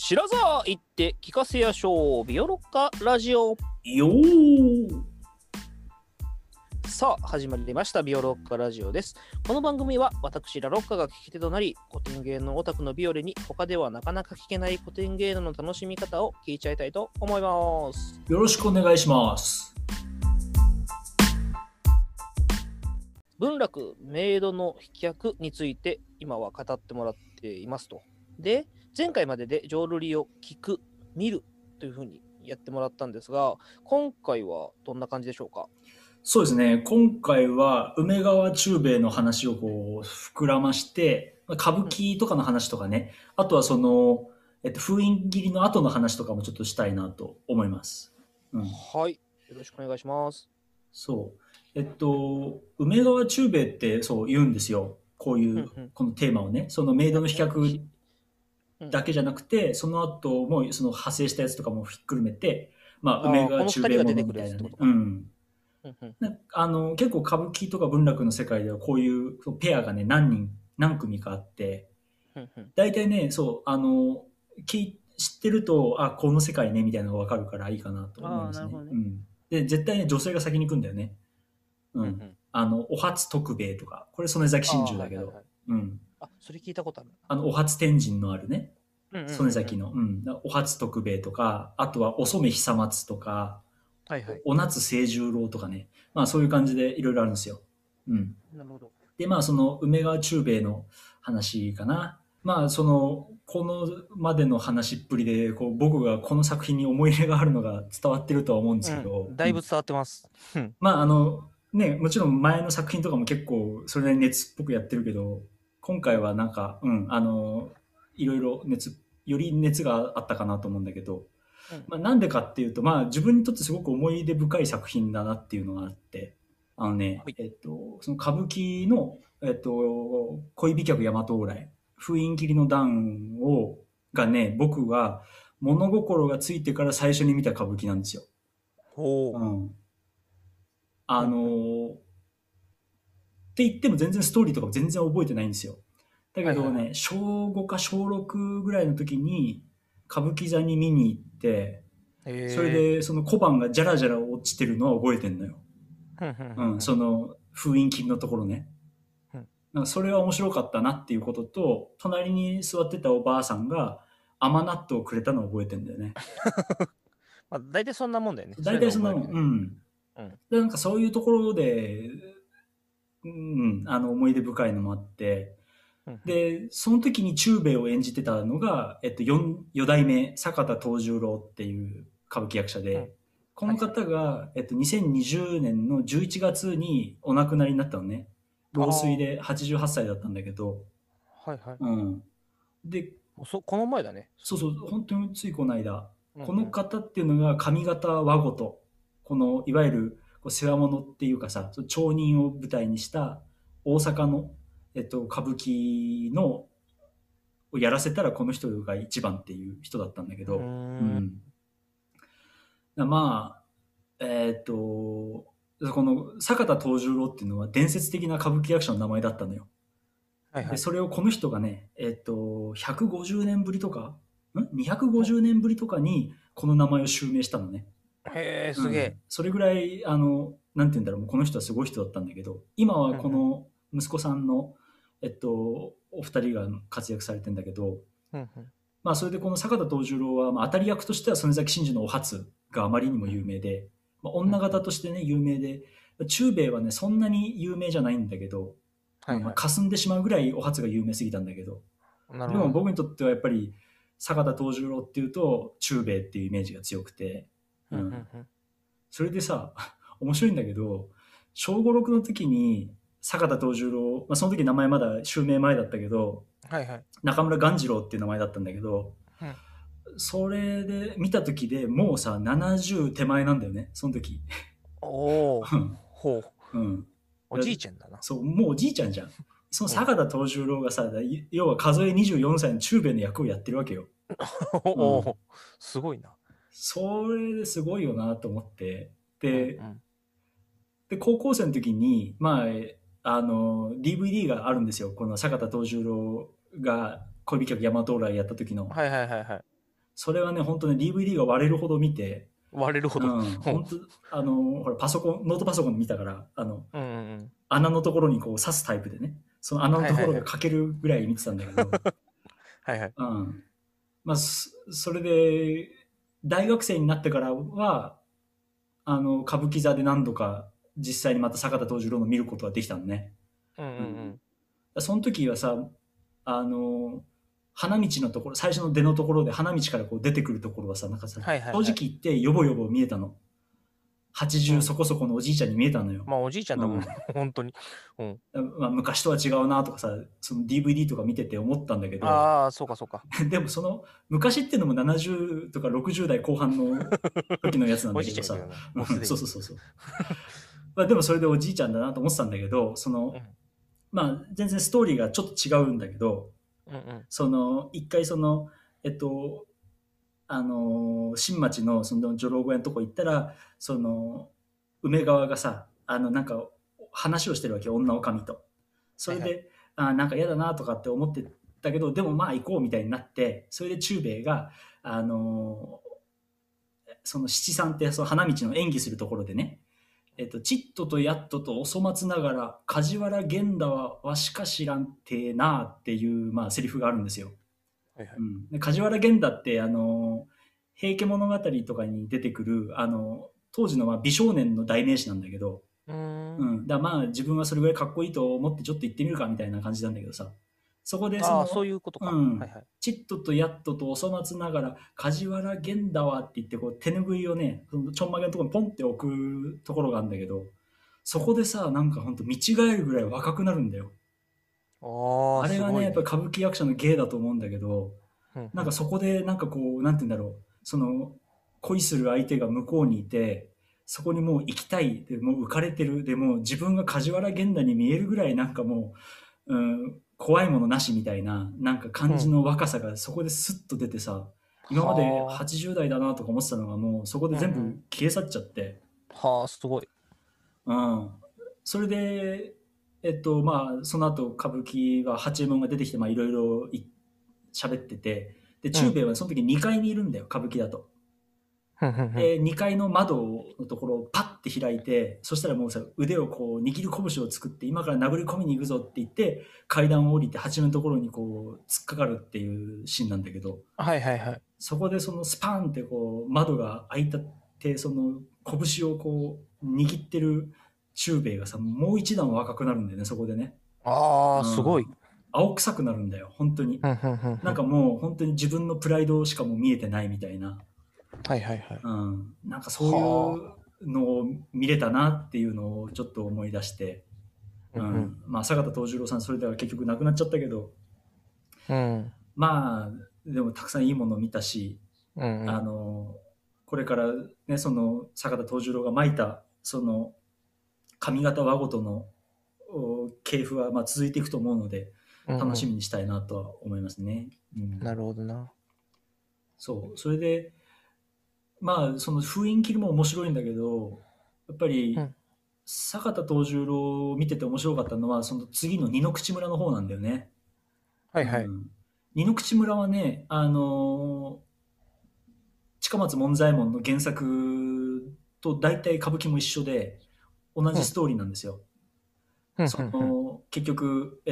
白沢行って聞かせやしょうビオロッカラジオ。 よー。 さあ始まりましたビオロッカラジオです。この番組は私ラロッカが聞き手となり、古典芸能オタクのビオレに他ではなかなか聞けない古典芸能の楽しみ方を聞いちゃいたいと思います。 よろしくお願いします。 文楽メイドの飛脚について今は語ってもらっていますと。で、前回までで浄瑠璃を聞く見るというふうにやってもらったんですが、今回はどんな感じでしょうか？ そうですね。今回は梅川中兵衛の話をこう膨らまして、歌舞伎とかの話とかね、あとはその、封印切りの後の話とかもちょっとしたいなと思います。うん。 はい、よろしくお願いします。 そう。梅川中兵衛ってそう言うんですよ。こういう、このテーマをね、そのメイドの飛脚だけじゃなくて、その後もその派生したやつとかもひっくるめて、まあ、梅川中兵衛ものみたいなね。うん。結構歌舞伎とか文楽の世界ではこういうペアがね、何組かあって、大体ね、そう、知ってると、あ、この世界ね、みたいなのがわかるからいいかなと思いますね。うん。で、絶対ね、女性が先に行くんだよね。うん。お初徳兵衛とか、これ曽根崎真珠だけど、うん。 あ、それ聞いたことある。 お初天神のあるね、曽根崎の、うん。お初徳兵衛とか、あとはお染久松とか、お夏清十郎とかね、まあそういう感じでいろいろあるんですよ。うん。 なるほど。 で、まあその梅川中兵衛の話かな。まあこのまでの話っぷりで、こう僕がこの作品に思い入れがあるのが伝わってるとは思うんですけど。 だいぶ伝わってます。 まあね、もちろん前の作品とかも結構それなりに熱っぽくやってるけど、今回はなんか、いろいろより熱があったかなと思うんだけど、まあ、なんでかっていうと、まあ、自分にとってすごく思い出深い作品だなっていうのがあって、その歌舞伎の、恋飛脚大和往来、封印切りの段がね、僕は物心がついてから最初に見た歌舞伎なんですよ。うん。って言っても全然ストーリーとかも全然覚えてないんですよ。だけどね、小5か小6ぐらいの時に歌舞伎座に見に行って、それでその小判がジャラジャラ落ちてるのは覚えてんのよ。その封印切りのところね。なんかそれは面白かったなっていうことと、隣に座ってたおばあさんが甘納豆をくれたのを覚えてんだよね。 まあ大体そんなもんだよね。 大体そんなもん。うん。でなんかそういうところで、思い出深いのもあって、で、その時に中兵衛を演じてたのが、四代目、坂田藤十郎っていう歌舞伎役者で、この方が、2020年の11月にお亡くなりになったのね。老衰で88歳だったんだけど、で、 この前だね。 そう、本当についこの間。この方っていうのが上方和事。この、いわゆる、世話物っていうかさ、町人を舞台にした大阪の、歌舞伎のをやらせたらこの人が一番っていう人だったんだけど、まあ、この坂田藤十郎っていうのは伝説的な歌舞伎役者の名前だったのよ。でそれをこの人がね、150年ぶりとか、250年ぶりとかにこの名前を襲名したのね。 へえ、すげえ。 それぐらい、なんて言うんだろう、この人はすごい人だったんだけど、今はこの息子さんの、お二人が活躍されてんだけど、まあそれでこの坂田藤十郎は、まあ、当たり役としては曽根崎真珠のお初があまりにも有名で、まあ、女方としてね、有名で、中兵衛はね、そんなに有名じゃないんだけど、霞んでしまうぐらいお初が有名すぎたんだけど、でも僕にとってはやっぱり坂田藤十郎っていうと中兵衛っていうイメージが強くて、それでさ、面白いんだけど、小5、6の時に坂田藤十郎、まあ、その時名前まだ襲名前だったけど、中村鴈治郎っていう名前だったんだけど、それで見た時でもうさ、70手前なんだよね、その時。 おほう。おじいちゃんだな。 そう、もうおじいちゃんじゃん。その坂田藤十郎がさ、要は数え24歳の中兵衛の役をやってるわけよ。 すごいな。 それですごいよなと思って。で、高校生の時に、まあ、DVD があるんですよ。この坂田藤十郎が恋人客大和往来やった時の。 それはね、本当ね、DVD が割れるほど見て、 割れるほど。 本当、ほら、ノートパソコン見たから、 うんうんうん。 穴のところにこう刺すタイプでね、その穴のところがはいはいはい。 欠けるぐらい見てたんだけど、 はいはい。 うん。まあ、それで、大学生になってからは、歌舞伎座で何度か実際にまた坂田藤十郎の見ることができたのね。 うんうんうん。 うん。 その時はさ、あの、花道のところ、最初の出のところで花道からこう出てくるところはさ、なんかさ、正直はいはいはい。 言ってヨボヨボ見えたの。80 うん。 そこそこのおじいちゃんに見えたのよ。 まあおじいちゃんだもん、 うん。 本当に。うん。 まあ、昔とは違うなとかさ、その DVD とか見てて思ったんだけど、 ああ、そうかそうか。 でもその昔っていうのも70とか60代後半の時のやつなんおだけどさ、 じいちゃんやけどな、もうすでに。 そうそうそうそう。まあ、でもそれでおじいちゃんだなと思ってたんだけど、 うん。 まあ全然ストーリーがちょっと違うんだけど、 うんうん。 一回えっと、新町のその女郎小屋のとこ行ったら、梅川がさ、なんか話をしてるわけよ、女おかみと。そはいはい。 れで、なんか嫌だなとかって思ってたけど、でもまあ行こうみたいになって、それで中兵衛が、あのその七三ってその花道の演技するところでね、ちっととやっととお粗末ながら、梶原源太はわしか知らんてえなっていう、まあ、セリフがあるんですよ。 はいはい。 うん、で梶原源太って、平家物語とかに出てくる、当時のまあ美少年の代名詞なんだけど、 うーん。 うん、だからまあ自分はそれぐらいかっこいいと思ってちょっと行ってみるかみたいな感じなんだけどさ、そこでああ、そういうことか。はいはい。 ちっととやっととお粗末ながら、梶原源太はって言って、こう手拭いをね、そのちょんまげのところにポンって置くところがあるんだけど、そこでさ、なんかほんと見違えるぐらい若くなるんだよ。 ああ、 あれがね、やっぱりすごいね。 歌舞伎役者の芸だと思うんだけど、なんかうんうん。 そこでなんかこう、なんて言うんだろう、恋する相手が向こうにいて、そこにもう行きたい、でもう浮かれてる、でもう自分が梶原源太に見えるぐらいなんかもう、怖いものなしみたいな、なんか感じうん。 の若さがそこでスッと出てさ、今まではあ。 80代だなとか思ってたのがもうそこで全部うんうん。 消え去っちゃって、 はあ、すごい。 うん。それで、まあ、その後歌舞伎は八右衛門が出てきて、まあいろいろ喋ってて、で、 うん。 中兵衛はその時2階にいるんだよ、歌舞伎だと。 ふんふんふん。 で、2階の窓のところをパッて開いて、そしたらもうさ、腕をこう、握り拳を作って、今から殴り込みに行くぞって言って、階段を降りて八面のところにこう、突っかかるっていうシーンなんだけど、 はいはいはい。 そこでそのスパーンってこう、窓が開いたって、その拳をこう、握ってる中兵衛がさ、もう一段若くなるんだよね、そこでね。 ああ、 うん。 すごい。 青臭くなるんだよ、本当に。 ふんふんふんふん。 なんかもう本当に自分のプライドしかもう見えてないみたいな。 はいはいはい。 うん、なんかそういうはあ。 のを見れたなっていうのをちょっと思い出して、 うんうん。 まあ坂田藤十郎さんそれでは結局亡くなっちゃったけど、 うん。 まあでもたくさんいいものを見たし、 うんうん。 これからねその坂田藤十郎が巻いたその上方和事の系譜はまあ続いていくと思うので楽しうんうん。 みにしたいなとは思いますね。うん、 なるほどな。 そうそれでまあその雰囲気も面白いんだけどやっぱりうん。 坂田藤十郎を見てて面白かったのは、その次の二の口村の方なんだよね。 はいはい。 うん。二の口村はね、近松門左衛門の原作と大体歌舞伎も一緒で、同うん。 じストーリーなんですよ。 ふんふんふん。 結局、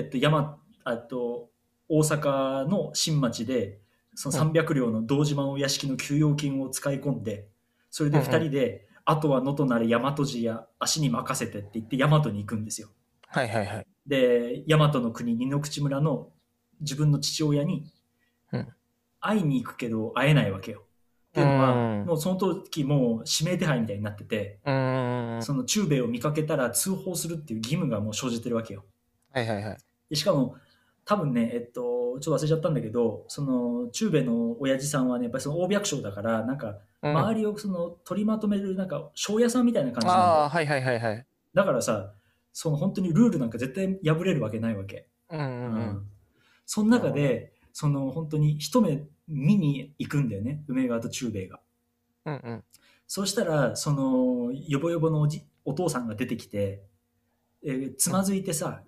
大阪の新町で、そのうん。 300両の堂島の屋敷の給与金を使い込んで、それで2 うんうん。 人で、あとは野となれ大和路や足に任せてって言って大和に行くんですよ。 はいはいはい。 で、大和の国二の口村の自分の父親にうん。 会いに行くけど会えないわけよ。ってうーいうのは、 ん。 もうその時もう指名手配みたいになってて、 うーん。 その中兵衛を見かけたら通報するっていう義務がもう生じてるわけよ。 はいはいはい。 でしかも、多分ね、ちょっと忘れちゃったんだけど、その中兵衛の親父さんはね、やっぱりその大百姓だから、なんか、 うん。 周りをその取りまとめる、なんか、庄屋さんみたいな感じなんだよ。 ああ、はいはいはいはい。 だからさ、その本当にルールなんか絶対破れるわけないわけ。 うんうんうん。 うん。そのなるほどな。 中で、その本当に一目見に行くんだよね、梅川と中兵衛が。 うんうん。 そうしたら、その、ヨボヨボのお父さんが出てきて、つうん。 まずいてさ、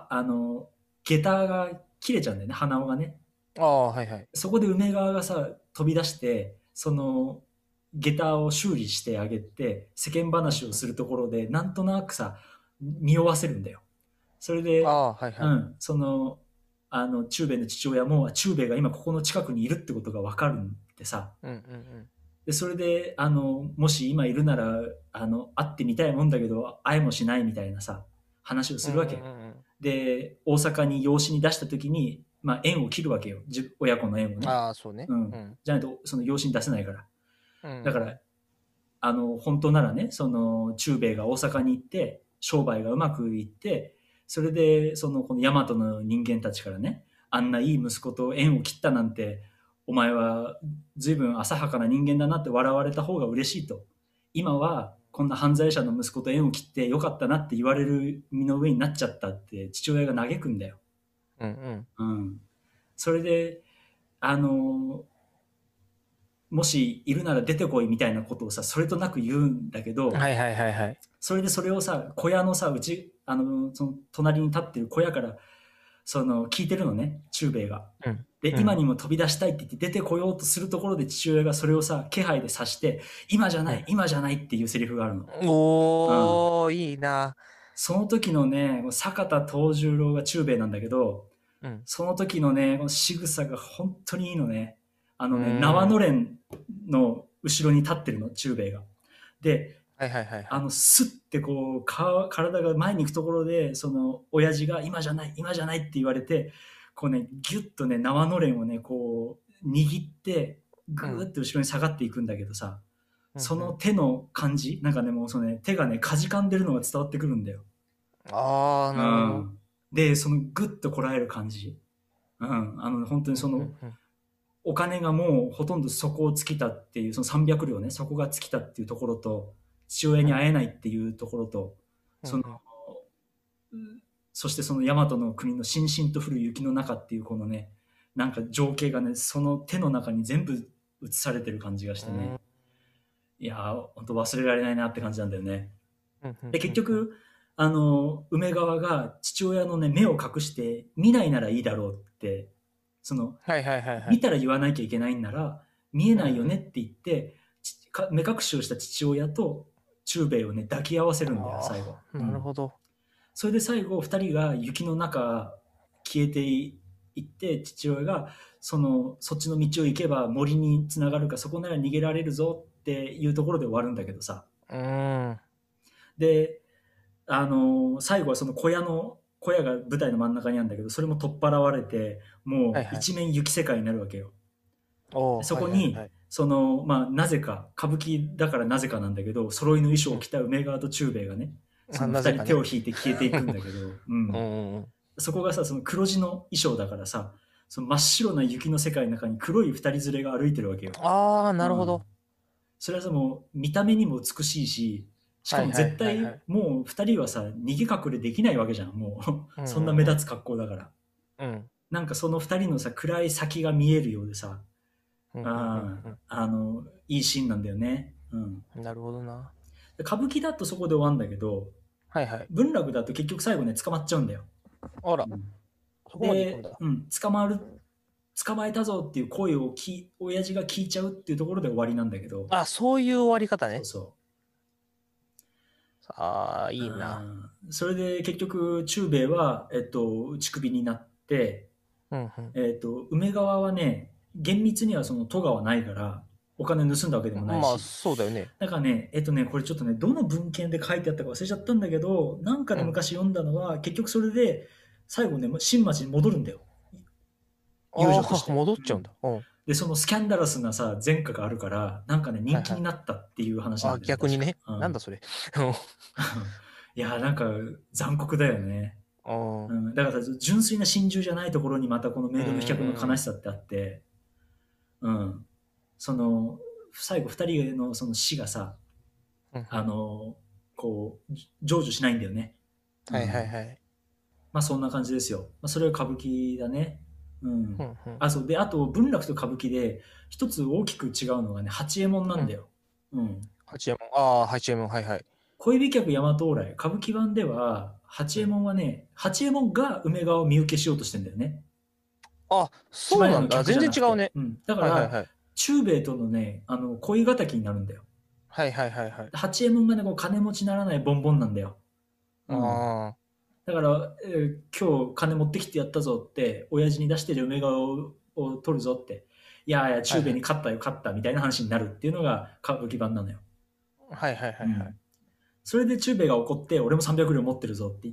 下駄が切れちゃうんだよね、鼻緒がね。 ああ、はいはい。 そこで梅川がさ、 飛び出して、その下駄を修理してあげて世間話をするところでなんとなくさ匂わせるんだよ。それあで、 あ、はいはい。 その中兵衛の父親も中兵衛が今ここの近くにいるってことが分かるんでさ、 うんうんでそれでもし今いるなら会ってみたいもんだけど会えもしないみたいなさ話をするわけよ。で大阪に養子に出した時に、まあ、縁を切るわけよ、親子の縁をね。 ああ、そうね。 じゃないとその養子に出せないから。だから 、 本当ならね、その中兵衛が大阪に行って商売がうまくいって、それでこの大和の人間たちからね、あんないい息子と縁を切ったなんてお前は随分浅はかな人間だなって笑われた方が嬉しいと。今はこんな犯罪者の息子と縁を切ってよかったなって言われる身の上になっちゃったって父親が嘆くんだよ。それでもしいるなら出てこいみたいなことをさそれとなく言うんだけど、それでそれをさ小屋のさその隣に立ってる小屋から聞いてるのね、中兵衛が。で、今にも飛び出したいって言って出てこようとするところで父親がそれをさ気配で察して今じゃない、今じゃないっていうセリフがあるの。 おー、いいな。 その時のね坂田藤十郎が中兵衛なんだけど、その時のねこの仕草が本当にいいのね。縄のれんの後ろに立ってるの中兵衛が。でスッてこう体が前に行くところでその親父が今じゃない今じゃないって言われてこうねギュッとね縄のれんをねこう握ってグーッと後ろに下がっていくんだけどさ、その手の感じなんかねもう手がねかじかんでるのが伝わってくるんだよ。 ああ、なるほど。 でそのグッとこらえる感じ、本当にお金がもうほとんど底を尽きたっていうその300両ね底が尽きたっていうところと父親に会えないっていうところと、そしてその大和の国のしんしんと降る雪の中っていうこのねなんか情景がねその手の中に全部映されてる感じがしてね、いやー本当忘れられないなって感じなんだよね。で結局梅川が父親のね目を隠して見ないならいいだろうって見たら言わなきゃいけないんなら見えないよねって言って、目隠しをした父親と中兵衛をね抱き合わせるんだよ最後。 なるほど。 それで最後2人が雪の中消えていって父親がそっちの道を行けば森につながるかそこなら逃げられるぞっていうところで終わるんだけどさ。で最後はその小屋が舞台の真ん中にあるんだけどそれも取っ払われてもう一面雪世界になるわけよ。そこにまあなぜか歌舞伎だからなぜかなんだけど揃いの衣装を着た梅川と中兵衛がねその2人手を引いて消えていくんだけど、そこがさその黒地の衣装だからさその真っ白な雪の世界の中に黒い2人連れが歩いてるわけよ。 ああなるほど。 それはさもう見た目にも美しいししかも絶対もう2人はさ逃げ隠れできないわけじゃんもうそんな目立つ格好だから、なんかその2人のさ暗い先が見えるようでさいいシーンなんだよね。 なるほどな。 歌舞伎だとそこで終わるんだけど、文楽だと結局最後ね捕まっちゃうんだよ。 あら、そこまで行くんだ。 捕まえたぞっていう声を親父が聞いちゃうっていうところで終わりなんだけど。 あ、そういう終わり方ね。 そうああいいな。 それで結局中兵衛は打ち首になって、梅川はね厳密にはその戸川ないからお金盗んだわけでもないし、 まあそうだよね。 だからねこれちょっとねどの文献で書いてあったか忘れちゃったんだけどなんかで昔読んだのは、結局それで最後ね新町に戻るんだよ遊女として。 戻っちゃうんだ。 でそのスキャンダラスなさ前科があるからなんかね人気になったっていう話なんだよね。 逆にね、なんだそれ。 いやなんか残酷だよね。だからさ純粋な心中じゃないところにまたこのメイドの飛脚の悲しさってあって、その最後2人のその死がさ、こう成就しないんだよね。まあそんな感じですよ。それは歌舞伎だね。そうであと文楽と歌舞伎で一つ大きく違うのがね八右衛門なんだよ。 八右衛門八右衛門恋飛脚大和往来歌舞伎版では八右衛門はね八右衛門が梅川を身請けしようとしてんだよね。 あそうなんだ。全然違うね。 だから、 中兵衛とのね、恋敵になるんだよ。 はいはいはいはい。 八右衛門がね、こう金持ちならないボンボンなんだよ。うん。 あだから、今日金持ってきてやったぞって、親父に出してる梅川を取るぞって、いやいや、 あ、はいはい。 中兵衛に勝ったよ、勝ったみたいな話になるっていうのが歌舞伎版なのよ。 はいはいはいはい。 うん。それで中兵衛が怒って、俺も300両持ってるぞって言って、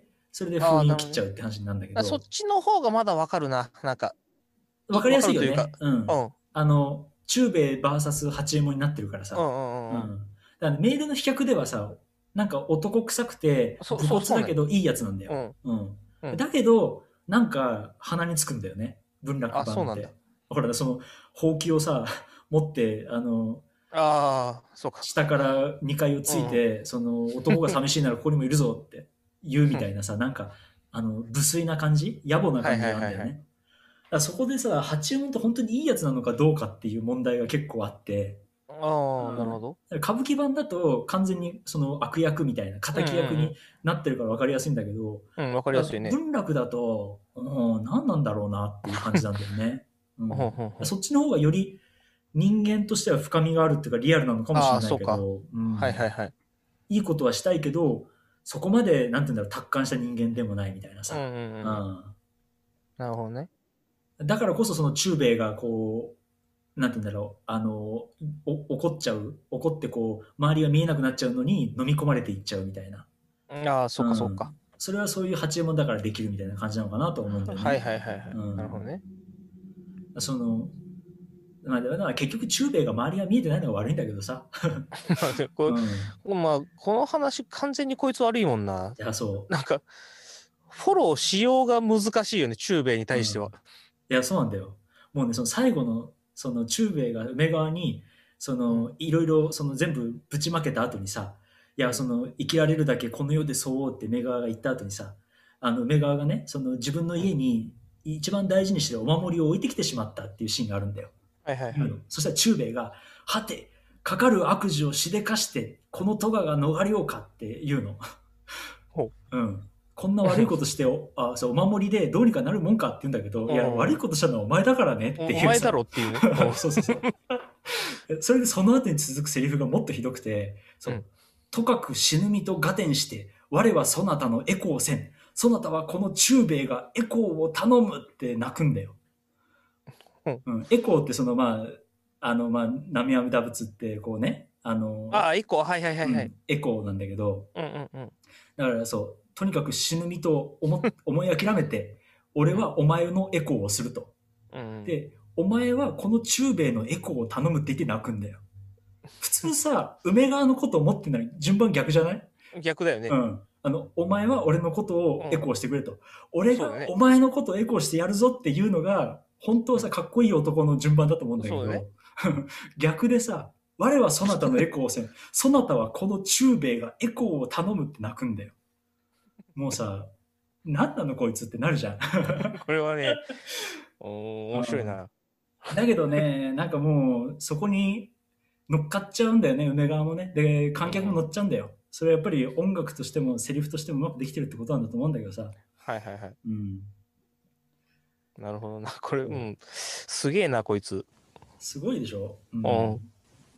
それで封ああ、な印るほどね。 切っちゃうって話になるんだけそっど、 ちの方がまだわかるな。なんか、わわかりやかるというか、 すいよね。うん。 うん。 中兵衛 VS 八右衛門になってるからさ。 うんうんうんうん。 うん。だからメイドの飛脚ではさ、なんか男臭くて、武骨だそうね。 けどいいやつなんだよ。 うん。 うん。 うん。 だけど、なんか鼻につくんだよね。文楽あ、そうなんだ。 版って。ほら、その、ほうきをさ、持って、 ああ、そうか。 下から2階をうん。 ついて、その、男が寂しいならここにもいるぞって言うみたいなさ、なんか、無粋な感じ野暮なはい感じはいはいはい。 があるんだよね。だからそこでさ、八右衛門って本当にいいやつなのかどうかっていう問題が結構あって、 ああ、なるほうん、 ど。 歌舞伎版だと完全にその悪役みたいな、 うん敵役にうんなってるから分かりやすいんだけど、 うん。うん、わかりやすいね。 文楽だと、何なんだろうなっていう感じなんだよね。うほんん、 ほんほん。 そっちの方がより人間としては深みがあるっていうかリアルなのかもしああ、 れないそうか。 けど、うはいん、 はいはい。 いいことはしたいけど、そこまで、なんていうんだろう、達観した人間でもないみたいなさ。 うんうんうん。 うん。 なるほどね。 だからこそその中兵衛がこう、なんて言うんだろう、怒っちゃう、怒ってこう、周りが見えなくなっちゃうのに飲み込まれていっちゃうみたいな。 ああ、そううかそうか。 ん。それはそういう八右衛門だからできるみたいな感じなのかなと思うんだよはいね。 はいはいはい。 うん。 なるほどね。 その、まあ、だから結局中兵衛が周りが見えてないのが悪いんだけどさ。 まあでこうん。 まあ、この話完全にこいつ悪いもんな。 いや、そなんか、フォローしようが難しいよね、中米にう。 対しては。 うん。いや、そうなんだよ。もうね、その最後の、その中兵衛が梅川に、そうん。 の、いろいろ、その全部ぶちまけた後にさ、いや、 うん。 その、生きられるだけこの世でそうおうって梅川が言った後にさ、梅川がね、その自分のうん。 家に一番大事にしてるお守りを置いてきてしまったっていうシーンがあるんだよ。 はいはいはい。 言うの。そしたら中兵衛が、はて、かかる悪事をしでかして、この咎が逃れようかって言うの。 ほうん。こんな悪いことしてそう、お守りでどうにかなるもんかって言うんだけど、 う。 いや、悪いうん。 ことしたのはお前だからねってお前だいうさ。 ろっていうね。うん。 そうそうそう。それでその後に続くセリフがもっとひどくて、そう。 うん。 とかく死ぬ身と合点して、我はそなたのエコーをせん。そなたはこの中兵衛がエコーを頼むって泣くんだよ。 うん。 うん。エコーってその南無阿弥陀仏ってこうね、 ああ、一個、はいはいはいはい。 うん、エコーなんだけど、 うんうんうん。 だからそう、とにかく死ぬ身と思い諦めて、俺うん。 はお前のエコーをすると。 うん。 で、お前はこの中兵衛のエコーを頼むって言って泣くんだよ。普通さ、梅川のことを思ってんのに順番逆じゃない？ 逆だよね。 うん。お前は俺のことをエコうん。 ーしてくれと。俺そうだね。 がお前のことをエコーしてやるぞっていうのが、本当はさ、 うん。 かっこいい男の順番だと思うんだけそうだね。 ど、逆でさ、我はそなたのエコーをせん。そなたはこの中兵衛がエコーを頼むって泣くんだよ。もうさ、なんなのこいつってなるじゃん。 これはね、面白いうん、 な。 だけどね、なんかもう、そこに乗っかっちゃうんだよね、梅川もね。で、観客もうん。 乗っちゃうんだよ。それはやっぱり音楽としても、セリフとしてもうまくできてるってことなんだと思うんだけどさ。 はいはいはい。 うん。 なるほどな。これ、うそう、 ん。すげえな、こいつ。 すごいでしょ。ううん。 ん。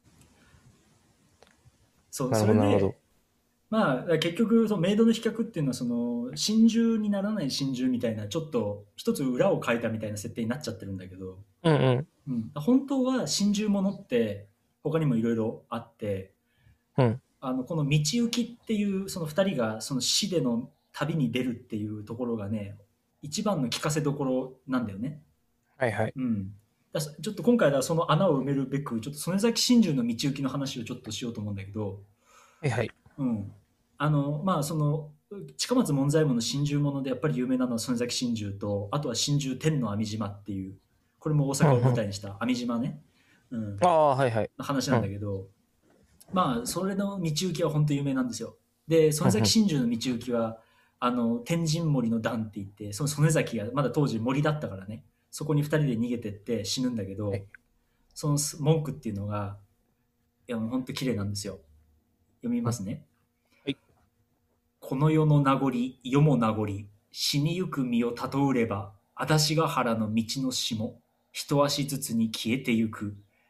そう、 なるほど、なるほそれで、 ど。 まあ、結局、そのメイドの飛脚っていうのは、その、真珠にならない真珠みたいな、ちょっと、一つ裏を変えたみたいな設定になっちゃってるんだけど、 うんうん。 うん、本当は真珠ものって他にもいろいろあって、 うん。 この道行きっていうその2人がその死での旅に出るっていうところがね、一番の聞かせどころなんだよね。 はいはい。 うん。ちょっと今回はその穴を埋めるべく、ちょっと曽根崎真珠の道行きの話をちょっとしようと思うんだけど、 はいはい。 うん。まあ、その、近松門左衛門の真珠ものでやっぱり有名なのは曽根崎真珠と、あとは真珠天の網島っていう、これも大阪を舞うんうん。 台にした網島ね、うん、 ああ、はいはい。 の話なんだうん。 けど、まあ、それの道行きは本当有名なんですよ。で、曽根崎うんうん。 真珠の道行きは、天神森の段って言って、その曽根崎がまだ当時森だったからね、そこに二人で逃げてって死ぬんだけど、 はい。 その文句っていうのが、いやもう本当綺麗なんですよ。読みうん。 ますね。 はい。 この世の名残、世も名残、死にゆく身をたとうれば、足立ヶ原の道の霜、一足ずつに消えてゆく。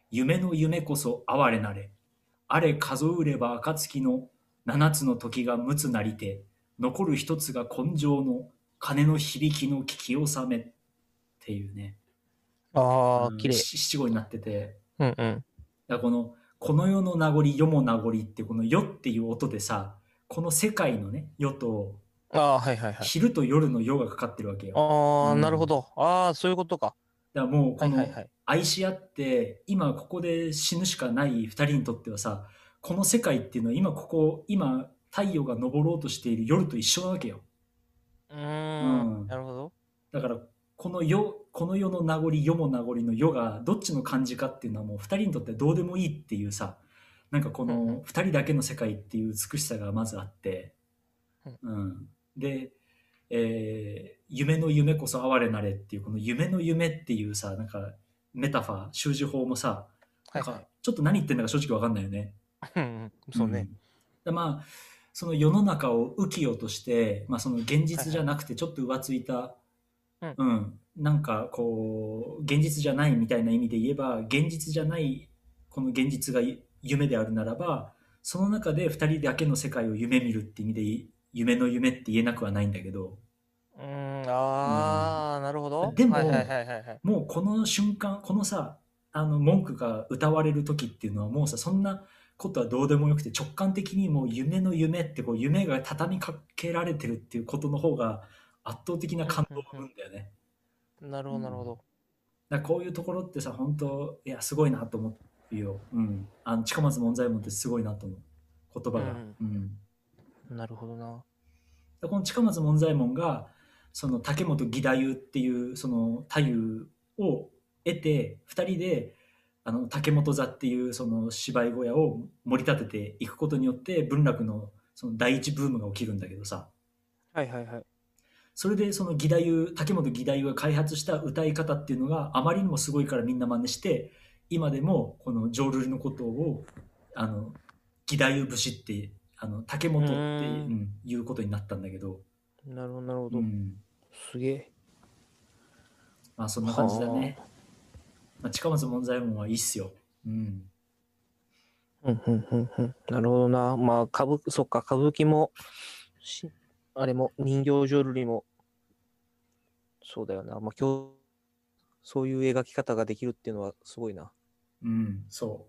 夢の夢こそ哀れなれ。あれ数うれば暁の七つの時が六つなりて、残る一つが根性の鐘の響きの聞き納めっていうね、 ああ、綺麗。 七五になってて、 うんうん。 だからこの世の名残、世も名残ってこの世っていう音でさ、この世界のね、世とああ、はいはいはい。 昼と夜の夜がかかってるわけよ。うああ、なるほん。 ど。ああ、そういうことか。 だからもうこのはいはいはい。 愛し合って今ここで死ぬしかない二人にとってはさ、この世界っていうのは今太陽が昇ろうとしている夜と一緒なわけよ。 うーん、 うん。 なるほど。 だからこの世の名残、世も名残の世がどっちの漢字かっていうのはもう二人にとってどうでもいいっていうさ、なんかこうんうんの二人だけの世界っていう美しさがまずあって、 うん。 うん。で、夢の夢こそ哀れなれっていうこの夢の夢っていうさ、なんかメタファー習字法もさ、なんかはいはい。 ちょっと何言ってんだか正直わかんないよね。 うんうん、そうね。 うん。まあその世の中を浮世として、まあ、その現実じゃはいはい。 なくてちょっと浮ついた、 うん。 うん、なんかこう現実じゃないみたいな意味で言えば、現実じゃないこの現実が夢であるならば、その中で二人だけの世界を夢見るって意味で夢の夢って言えなくはないんだけど、 うーん、 うん、 ああ、なるほど。 ではいはいも、 はいはいはい。 もうこの瞬間、このさ、文句が歌われる時っていうのはもうさ、そんなことはどうでもよくて、直感的にもう夢の夢ってこう、夢が畳みかけられてるっていうことの方が圧倒的なうん感動をうんう生むんだよね。 ん。なるほどなるほうん。 ど。 だからこういうところってさ、本当、いや、すごいなと思うよ。うん。近松門左衛門ってすごいなと思う。言葉が。 うんうん。 うん。なるほどな。 この近松門左衛門がその竹本義太夫っていうその太夫を得て二人で竹本座っていうその芝居小屋を盛り立てていくことによって文楽のその第一ブームが起きるんだけどさ、 はいはいはい。 それでその竹本義太夫が開発した歌い方っていうのがあまりにもすごいからみんな真似して、今でもこの浄瑠璃のことを義太夫節って竹う本って、 ーん。 いうことになったんだけど、 なるほどなるほど。 うん、 すげえ。 まあそんな感じだね。 はあ。 まあ、近松門左衛門はいいっすよ。うん。 うんうんうんうん。なるほどな。まあ、そっか、歌舞伎も、あれも、人形浄瑠璃も、そうだよな。まあ、そういう描き方ができるっていうのはすごいな。 うん、そうん。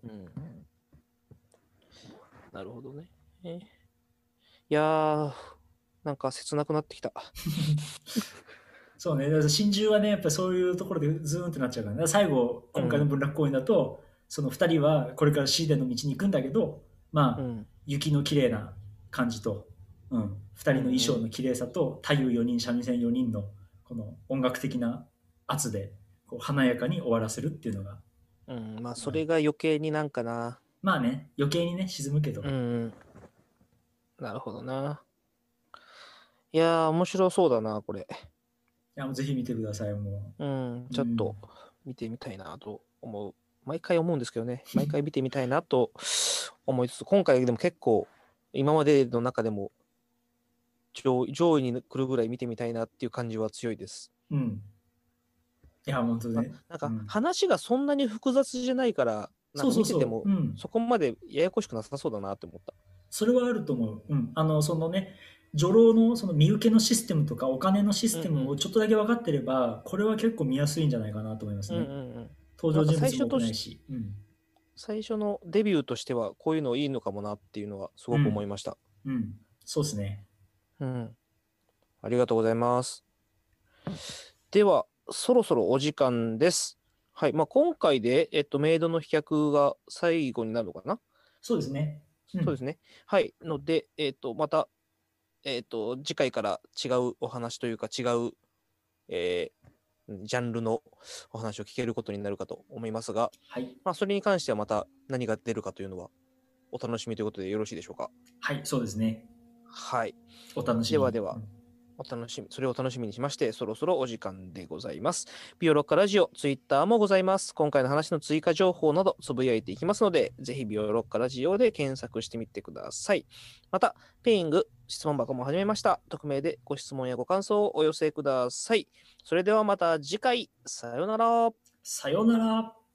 なるほどね。いやー、なんか切なくなってきた。 そうね。だから真珠はね、やっぱそういうところでズーンってなっちゃうからね。最後、今回のうん。 文楽公演だと、その二人はこれからシーデンの道に行くんだけど、まあ、 うん。 雪の綺麗な感じと、うん、二人の衣装の綺麗さと、太夫4人、三味線4人のこの音楽的な圧で、こう華やかに終わらせるっていうのが、 うん。まあ、そうん、 れが余計になんかな。 まあね、余計にね、沈むけど、 うん。なるほどな。いやー、面白そうだな、これ。 いや、もうぜひ見てください、もうん。 う。うん。 ちょっと見てみたいなと思う。毎回思うんですけどね。毎回見てみたいなと思いつつ、今回でも結構、今までの中でも上位に来るぐらい見てみたいなっていう感じは強いです。 うん。いや、本当ね。 なんかうん。 話がそんなに複雑じゃないから、なんかそうそうそ見ててもう。うん。 そこまでややこしくなさそうだなって思った。 それはあると思う。うん。そのね、女郎のその見受けのシステムとかお金のシステムをうんうん。 ちょっとだけ分かってれば、これは結構見やすいんじゃないかなと思いますうんうんね。 うん。 登場なんか人物も多くないし。うん。 最初のデビューとしてはこういうのいいのかもなっていうのはすごく思うん。 いました。 うん。そうですね。 うん。ありがとうございます。では、そろそろお時間です。はい。まあ、今回で、メイドの飛脚が最後になるのかな。 そうですね。うん。 そうですね。はい。ので、また、次回から違うお話というか違う、ジャンルのお話を聞けることになるかと思いますが、 はい。 まあ、それに関してはまた何が出るかというのはお楽しみということでよろしいでしょうか。 はい、そうですね。 はい。 お楽しみに。 ではでは、それを楽しみにしまして、そろそろお時間でございます。ビオロッカラジオ、ツイッターもございます。今回の話の追加情報などつぶやいていきますので、ぜひビオロッカラジオで検索してみてください。また、ペイング、質問箱も始めました。匿名でご質問やご感想をお寄せください。それではまた次回、さようなら。 さようなら。